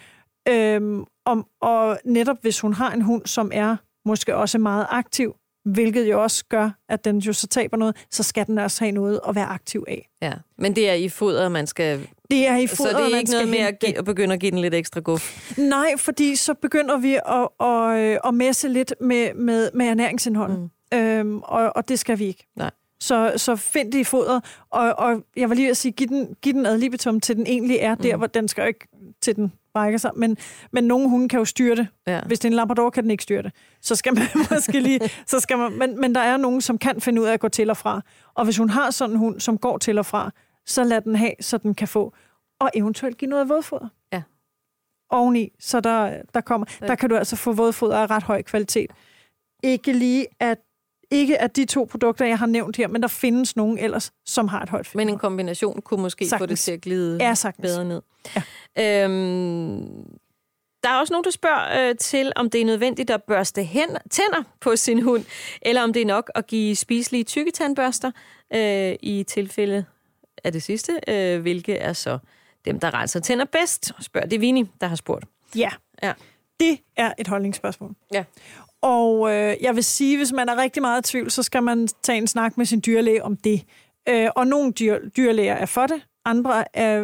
Og netop hvis hun har en hund, som er måske også meget aktiv, hvilket jo også gør, at den jo så taber noget, så skal den også have noget at være aktiv af. Ja, men det er i foder, man skal... Det er i foder, så det er ikke noget med at begynde at give den lidt ekstra guf? Nej, fordi så begynder vi at messe lidt med ernæringsindholdet. Og det skal vi ikke. Nej. Så find det i fodret, og jeg var lige ved at sige, giv den ad libitum til den egentlig er der, hvor den skal jo ikke til den brækker sig, men nogle hunde kan jo styre det. Ja. Hvis det er en labrador, kan den ikke styre det. Så skal man måske lige... Men der er nogen, som kan finde ud af at gå til og fra. Og hvis hun har sådan en hund, som går til og fra, så lad den have, så den kan få. Og eventuelt give noget vådfoder. Ja. Oveni, så der kan du altså få vådfoder af ret høj kvalitet. Ikke at de 2 produkter, jeg har nævnt her, men der findes nogen ellers, som har et højt fedt. Men en kombination kunne måske få det til at glide bedre ned. Ja. Der er også nogen, der spørger til, om det er nødvendigt at børste tænder på sin hund, eller om det er nok at give spiselige tykketandbørster i tilfælde af det sidste, hvilke er så dem, der renser tænder bedst, spørger Divini, der har spurgt. Ja, det er et holdningsspørgsmål. Ja. Og jeg vil sige, hvis man er rigtig meget i tvivl, så skal man tage en snak med sin dyrlæge om det. Og nogle dyrlæger er for det, andre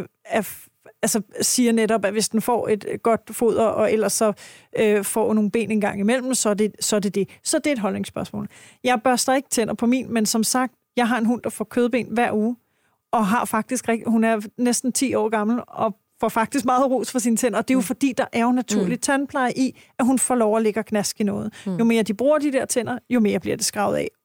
siger netop, at hvis den får et godt foder, og ellers så får nogle ben en gang imellem, så er det. Så det er et holdningsspørgsmål. Jeg børster ikke tænder på min, men som sagt, jeg har en hund, der får kødben hver uge, og har faktisk hun er næsten 10 år gammel, og får faktisk meget ros for sine tænder, og det er jo fordi, der er jo naturligt tandpleje i, at hun får lov at ligge og knaske i noget. Jo mere de bruger de der tænder, jo mere bliver det skravet af.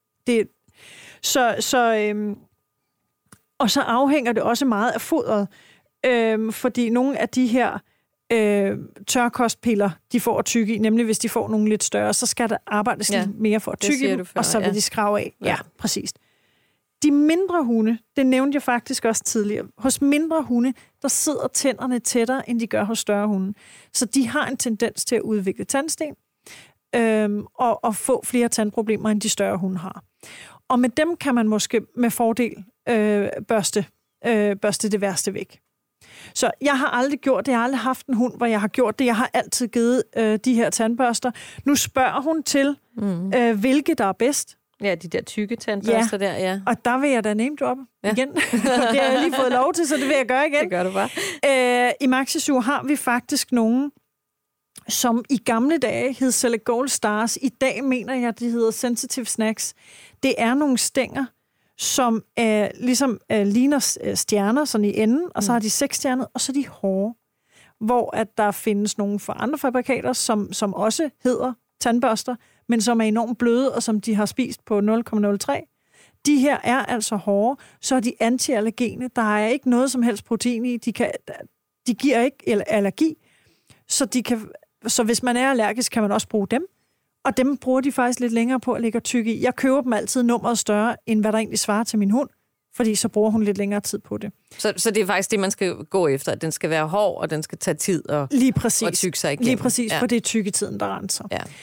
Og så afhænger det også meget af fodret, fordi nogle af de her tørkostpiller, de får at tygge i, nemlig hvis de får nogle lidt større, så skal der arbejdes lidt mere for at tygge dem, og så vil de skrave af. Ja, præcis. De mindre hunde, det nævnte jeg faktisk også tidligere, hos mindre hunde, der sidder tænderne tættere, end de gør hos større hunde. Så de har en tendens til at udvikle tandsten, og få flere tandproblemer, end de større hunde har. Og med dem kan man måske med fordel børste det værste væk. Så jeg har aldrig gjort det. Jeg har aldrig haft en hund, hvor jeg har gjort det. Jeg har altid givet de her tandbørster. Nu spørger hun til, hvilke der er bedst. Ja, de der tykke tandbørster der, ja. Og der vil jeg da name-droppe igen. Det har jeg lige fået lov til, så det vil jeg gøre igen. Det gør du bare. I Maxi-Zoo har vi faktisk nogen, som i gamle dage hed Select Gold Stars. I dag mener jeg, det hedder Sensitive Snacks. Det er nogle stænger, som ligner stjerner sådan i enden, og så har de 6 stjerner, og så er de hårde. Hvor at der findes nogle fra andre fabrikater, som også hedder tandbørster, men som er enormt bløde, og som de har spist på 0,03. De her er altså hårde, så er de antiallergene. Der er ikke noget som helst protein i. De giver ikke allergi, så hvis man er allergisk, kan man også bruge dem. Og dem bruger de faktisk lidt længere på at lægge og tykke i. Jeg køber dem altid nummeret større, end hvad der egentlig svarer til min hund, fordi så bruger hun lidt længere tid på det. Så det er faktisk det, man skal gå efter, at den skal være hård, og den skal tage tid og tykke sig igennem. Lige præcis, for det er tykketiden, der renser. Ja.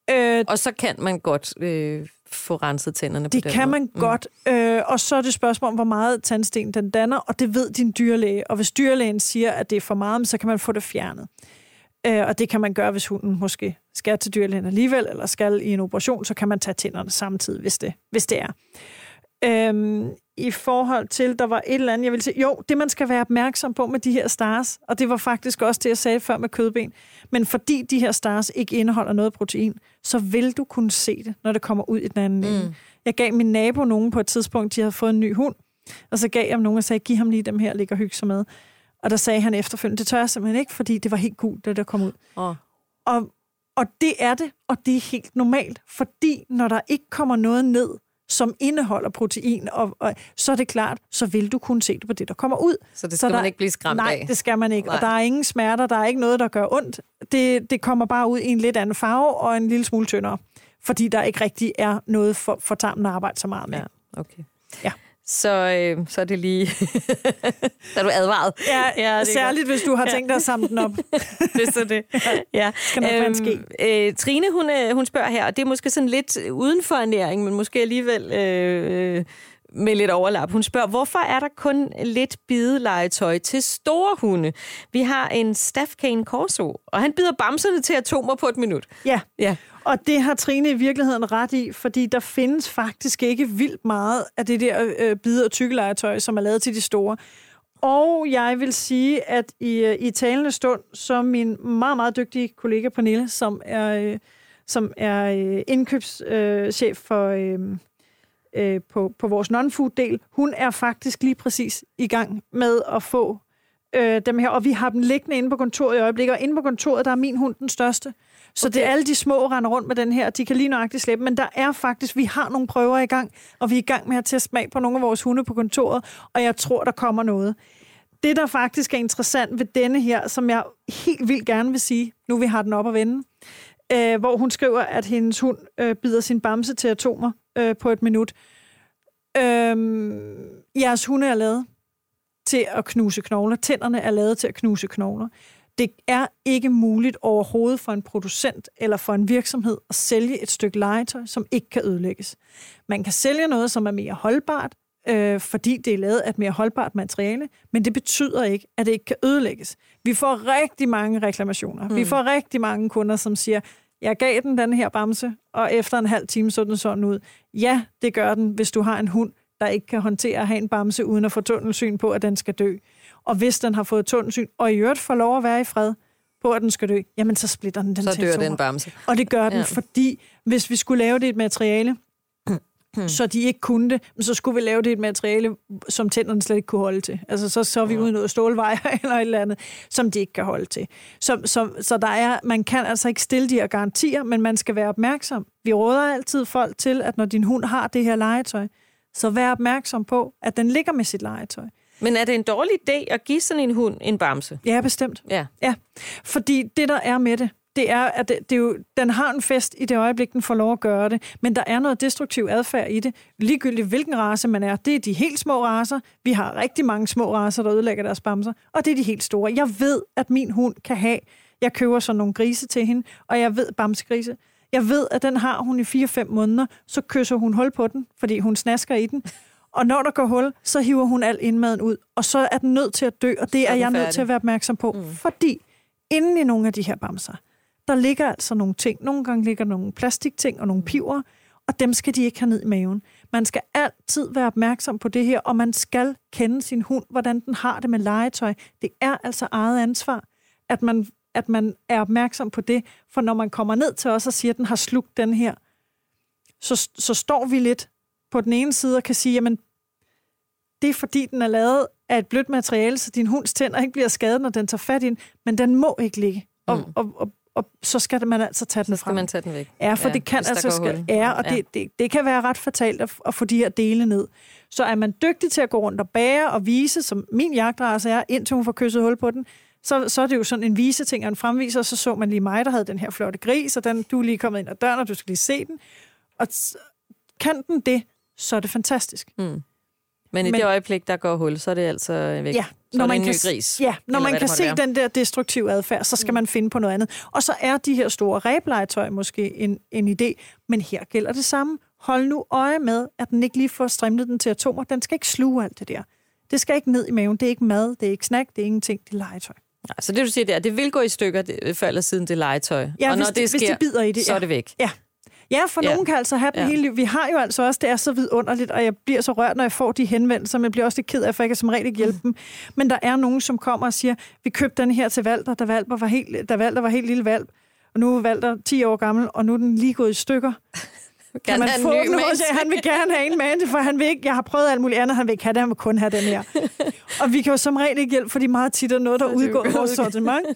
Og så kan man godt få renset tænderne på det den kan måde. man godt. Og så er det spørgsmål om, hvor meget tandsten den danner, og det ved din dyrlæge. Og hvis dyrlægen siger, at det er for meget, så kan man få det fjernet. Og det kan man gøre, hvis hunden måske skal til dyrlægen alligevel, eller skal i en operation, så kan man tage tænderne samtidig, hvis det er. I forhold til, der var et eller andet, jeg vil sige, jo, det man skal være opmærksom på med de her stars, og det var faktisk også det, jeg sagde før med kødben, men fordi de her stars ikke indeholder noget protein, så vil du kunne se det, når det kommer ud i den anden ende. Jeg gav min nabo nogen på et tidspunkt, de havde fået en ny hund, og så gav jeg ham nogen og sagde, giv ham lige dem her, ligger og hygge sig med. Og der sagde han efterfølgende, det tør jeg simpelthen ikke, fordi det var helt gult, det der kom ud. Og det er det, og det er helt normalt, fordi når der ikke kommer noget ned, som indeholder protein, og så er det klart, så vil du kunne se det på det, der kommer ud. Så det skal man ikke blive skræmt af? Nej, det skal man ikke. Nej. Og der er ingen smerter, der er ikke noget, der gør ondt. Det kommer bare ud i en lidt anden farve og en lille smule tyndere, fordi der ikke rigtig er noget for tarmen at arbejde så meget med. Ja, okay. Ja. Så er det lige... Så er du advaret. Ja, det særligt, hvis du har tænkt dig at samle den op. Det er så det. Ja. Skal nok ske. Trine, hun spørger her, og det er måske sådan lidt uden for ernæring, men måske alligevel med lidt overlap. Hun spørger, hvorfor er der kun lidt bidelegetøj til store hunde? Vi har en Staff Cane Corso, og han bider bamserne til atomer på et minut. Ja. Og det har Trine i virkeligheden ret i, fordi der findes faktisk ikke vildt meget af det der bide- og tykkelegetøj, som er lavet til de store. Og jeg vil sige, at i talende stund, så min meget, meget dygtige kollega Pernille, som er indkøbschef på vores non-food-del, hun er faktisk lige præcis i gang med at få dem her. Og vi har dem liggende inde på kontoret i øjeblikket, og inde på kontoret, der er min hund den største. Så det er alle de små, render rundt med den her, de kan lige nøjagtigt slippe, men der er faktisk, vi har nogle prøver i gang, og vi er i gang med at teste smag på nogle af vores hunde på kontoret, og jeg tror, der kommer noget. Det, der faktisk er interessant ved denne her, som jeg helt vildt gerne vil sige, nu vi har den op at vende, hvor hun skriver, at hendes hund bider sin bamse til atomer på et minut. Jeres hunde er lavet til at knuse knogler. Tænderne er lavet til at knuse knogler. Det er ikke muligt overhovedet for en producent eller for en virksomhed at sælge et stykke legetøj, som ikke kan ødelægges. Man kan sælge noget, som er mere holdbart, fordi det er lavet af et mere holdbart materiale, men det betyder ikke, at det ikke kan ødelægges. Vi får rigtig mange reklamationer. Vi får rigtig mange kunder, som siger, jeg gav den her bamse, og efter en halv time så den sådan ud. Ja, det gør den, hvis du har en hund, der ikke kan håndtere at have en bamse, uden at få tunnelsyn på, at den skal dø. Og hvis den har fået tunnelsyn, og i øvrigt får lov at være i fred på, at den skal dø, jamen så splitter den så til dør atomer. Den bamse. Og det gør den, fordi hvis vi skulle lave det et materiale, så de ikke kunne det, så skulle vi lave det et materiale, som tænderne slet ikke kunne holde til. Altså så er vi ude i noget stålvejer eller et eller andet, som de ikke kan holde til. Så der er, man kan altså ikke stille de her garantier, men man skal være opmærksom. Vi råder altid folk til, at når din hund har det her legetøj, så vær opmærksom på, at den ligger med sit legetøj. Men er det en dårlig idé at give sådan en hund en bamse? Ja, bestemt. Ja. Fordi det, der er med det er, at den har en fest i det øjeblik, den får lov at gøre det, men der er noget destruktiv adfærd i det. Ligegyldigt hvilken race man er, det er de helt små racer. Vi har rigtig mange små racer, der ødelægger deres bamser, og det er de helt store. Jeg ved, at min hund kan have, jeg køber sådan nogle grise til hende, og jeg ved bamsegrise. Jeg ved, at den har hun i 4-5 måneder, så kysser hun hul på den, fordi hun snasker i den. Og når der går hul, så hiver hun al indmaden ud, og så er den nødt til at dø, og det er jeg nødt til at være opmærksom på. Fordi inden i nogle af de her bamser, der ligger altså nogle ting. Nogle gange ligger nogle plastikting og nogle piver, og dem skal de ikke have ned i maven. Man skal altid være opmærksom på det her, og man skal kende sin hund, hvordan den har det med legetøj. Det er altså eget ansvar, at man er opmærksom på det, for når man kommer ned til os og siger, at den har slugt den her, så står vi lidt på den ene side og kan sige, jamen, det er fordi, den er lavet af et blødt materiale, så din hunds tænder ikke bliver skadet, når den tager fat i den, men den må ikke ligge. Og så skal man altså tage den frem. Så skal man tage den væk. Ja, for det kan altså det kan være ret fatalt at få de her dele ned. Så er man dygtig til at gå rundt og bære og vise, som min jagtrace er, indtil hun får kysset hul på den, så er det jo sådan en viseting og en fremviser, og så man lige mig, der havde den her flotte gris, og du er lige kommet ind ad døren, og du skal lige se den. Og kan den det, så er det fantastisk. Men i det øjeblik, der går hul, så er det altså væk. Ja, så er det en ny gris. Ja, når man kan se den der destruktive adfærd, så skal man finde på noget andet. Og så er de her store reblegetøj måske en idé, men her gælder det samme. Hold nu øje med, at den ikke lige får strimlet den til atomer. Den skal ikke sluge alt det der. Det skal ikke ned i maven. Det er ikke mad, det er ikke snack, det er ingenting, det er legetøj. Så det, du siger der, det vil gå i stykker før eller siden det legetøj. Ja, og når hvis de bider i det, så er det væk. Ja. Ja, for nogen kan altså have dem hele livet. Vi har jo altså også, det er så vidunderligt, og jeg bliver så rørt, når jeg får de henvendelser, men jeg bliver også lidt ked af, for jeg kan som regel ikke hjælpe dem. Men der er nogen, som kommer og siger, vi købte den her til Walter, da Walter var helt lille valp, og nu er Walter 10 år gammel, og nu er den lige gået i stykker. Kan man få den hos jer? Han vil gerne have en mand, for han vil ikke, jeg har prøvet alt muligt andet, han vil ikke have det, han vil kun have den her. Og vi kan jo som regel ikke hjælpe, fordi meget tit er noget, der udgår vores sortiment.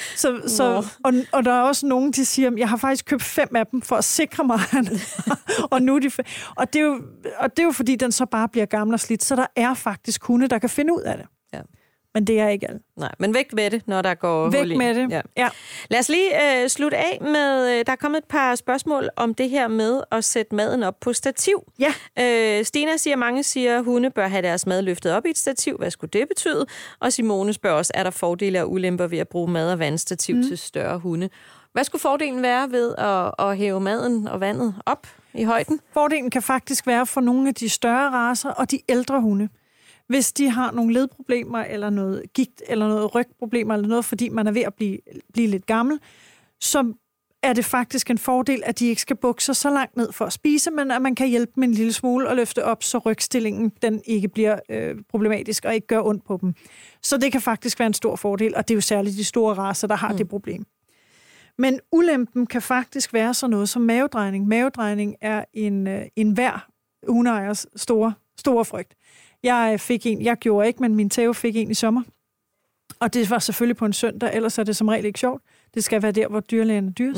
Og der er også nogen, der siger, jeg har faktisk købt 5 af dem, for at sikre mig, og nu er de og det er jo fordi, den så bare bliver gammel og slidt, så der er faktisk hunde, der kan finde ud af det. Ja. Men det er ikke alt. Nej, men væk med det, når der går hul i. Væk med det, ja. Lad os lige slutte af med, der er kommet et par spørgsmål om det her med at sætte maden op på stativ. Ja. Stina siger, mange siger, at hunde bør have deres mad løftet op i et stativ. Hvad skulle det betyde? Og Simone spørger også, er der fordele og ulemper ved at bruge mad- og vandstativ til større hunde? Hvad skulle fordelen være ved at hæve maden og vandet op i højden? Fordelen kan faktisk være for nogle af de større racer og de ældre hunde. Hvis de har nogle ledproblemer, eller noget gigt, eller noget rygproblemer, eller noget, fordi man er ved at blive lidt gammel, så er det faktisk en fordel, at de ikke skal bukke sig så langt ned for at spise, men at man kan hjælpe dem en lille smule og løfte op, så rygstillingen den ikke bliver problematisk og ikke gør ondt på dem. Så det kan faktisk være en stor fordel, og det er jo særligt de store racer, der har det problem. Men ulempen kan faktisk være sådan noget som mavedrejning. Mavedrejning er en hver hundeejers store frygt. Jeg gjorde ikke, men min Theo fik en i sommer. Og det var selvfølgelig på en søndag, ellers er det som regel ikke sjovt. Det skal være der, hvor dyrlægen er dyrest.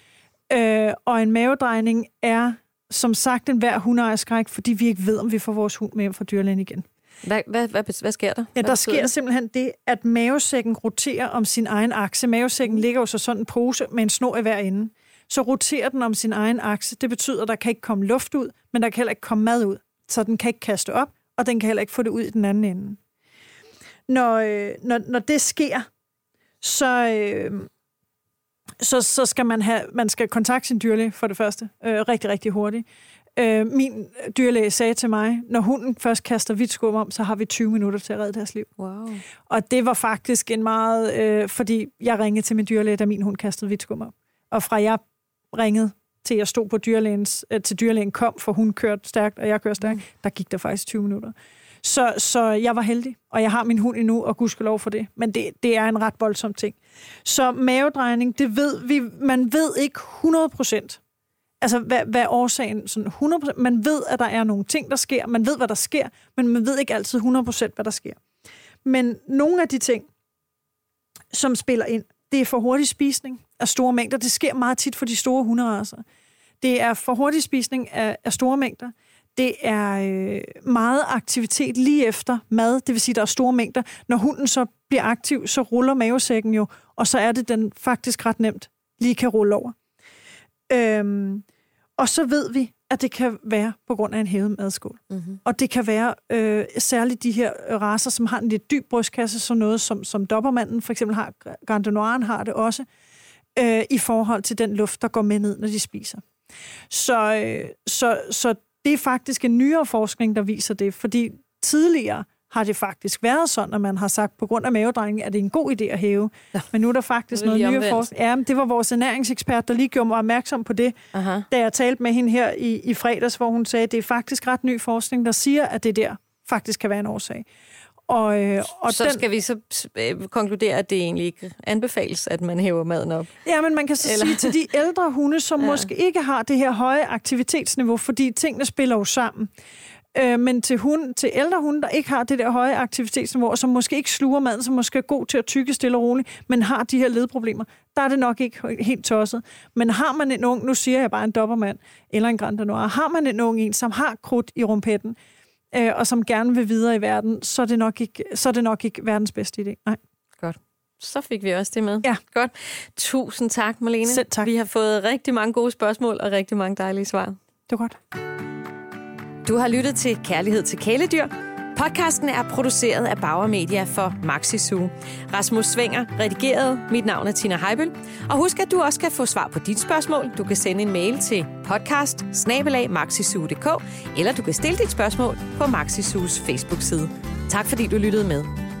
Og en mavedrejning er, som sagt, en hver hundeejerskræk, fordi vi ikke ved, om vi får vores hund med hjem fra dyrlægen igen. Hvad sker der? Ja, der sker simpelthen det, at mavesækken roterer om sin egen akse. Mavesækken ligger jo så sådan en pose med en snor i hver ende. Så roterer den om sin egen akse. Det betyder, at der kan ikke komme luft ud, men der kan heller ikke komme mad ud. Så den kan ikke kaste op, og den kan heller ikke få det ud i den anden ende. Når det sker, så skal man skal kontakte sin dyrlæge for det første, rigtig, rigtig hurtigt. Min dyrlæge sagde til mig, når hunden først kaster hvidt skum om, så har vi 20 minutter til at redde deres liv. Wow. Og det var faktisk en meget, fordi jeg ringede til min dyrlæge, da min hund kastede hvidt skum om. Og fra jeg ringede til jeg stod på til dyrlægen kom, for hun kørte stærkt, og jeg kørte stærkt, der gik der faktisk 20 minutter. Så jeg var heldig, og jeg har min hund endnu, og gudskelov for det. Men det er en ret voldsom ting. Så mavedrejning, det ved vi, man ved ikke 100%. Altså, hvad årsagen sådan 100%? Man ved, at der er nogle ting, der sker. Man ved, hvad der sker, men man ved ikke altid 100%, hvad der sker. Men nogle af de ting, som spiller ind, det er for hurtig spisning af store mængder. Det sker meget tit for de store hunderacer. Det er for hurtig spisning af store mængder. Det er meget aktivitet lige efter mad, det vil sige, der er store mængder. Når hunden så bliver aktiv, så ruller mavesækken jo, og så er det den faktisk ret nemt lige kan rulle over. Og så ved vi, at det kan være på grund af en hævet madskål. Mm-hmm. Og det kan være særligt de her racer, som har en lidt dyb brystkasse, så noget som dobermanden for eksempel har, Grand Danoisen har det også, i forhold til den luft, der går med ned, når de spiser. Så det er faktisk en nyere forskning, der viser det, fordi tidligere har det faktisk været sådan, at man har sagt, på grund af mavedrejning, at det er en god idé at hæve. Ja. Men nu er der faktisk noget nyere forskning. Ja, det var vores ernæringsekspert, der lige gjorde mig opmærksom på det, da jeg talte med hende her i fredags, hvor hun sagde, at det er faktisk ret ny forskning, der siger, at det der faktisk kan være en årsag. Og så skal vi så konkludere, at det egentlig ikke anbefales, at man hæver maden op. Ja, men man kan så sige til de ældre hunde, som måske ikke har det her høje aktivitetsniveau, fordi tingene spiller jo sammen. Men til ældre hunde, der ikke har det der høje aktivitetsniveau, og som måske ikke sluger maden, som måske er god til at tygge stille og roligt, men har de her ledproblemer, der er det nok ikke helt tosset. Men har man en ung, nu siger jeg bare en dobermand, eller en Grand Danois, har man en ung, som har krudt i rumpetten, og som gerne vil videre i verden, så er det nok ikke verdens bedste idé. Nej. Godt. Så fik vi også det med. Ja. Godt. Tusind tak, Marlene. Selv tak. Vi har fået rigtig mange gode spørgsmål og rigtig mange dejlige svar. Det var godt. Du har lyttet til Kærlighed til kæledyr. Podcasten er produceret af Bauer Media for Maxi-Zoo. Rasmus Svinger redigerede. Mit navn er Tina Heibel. Og husk, at du også kan få svar på dit spørgsmål. Du kan sende en mail til podcast@maxizoo.dk, eller du kan stille dit spørgsmål på Maxi-Zoos Facebook-side. Tak fordi du lyttede med.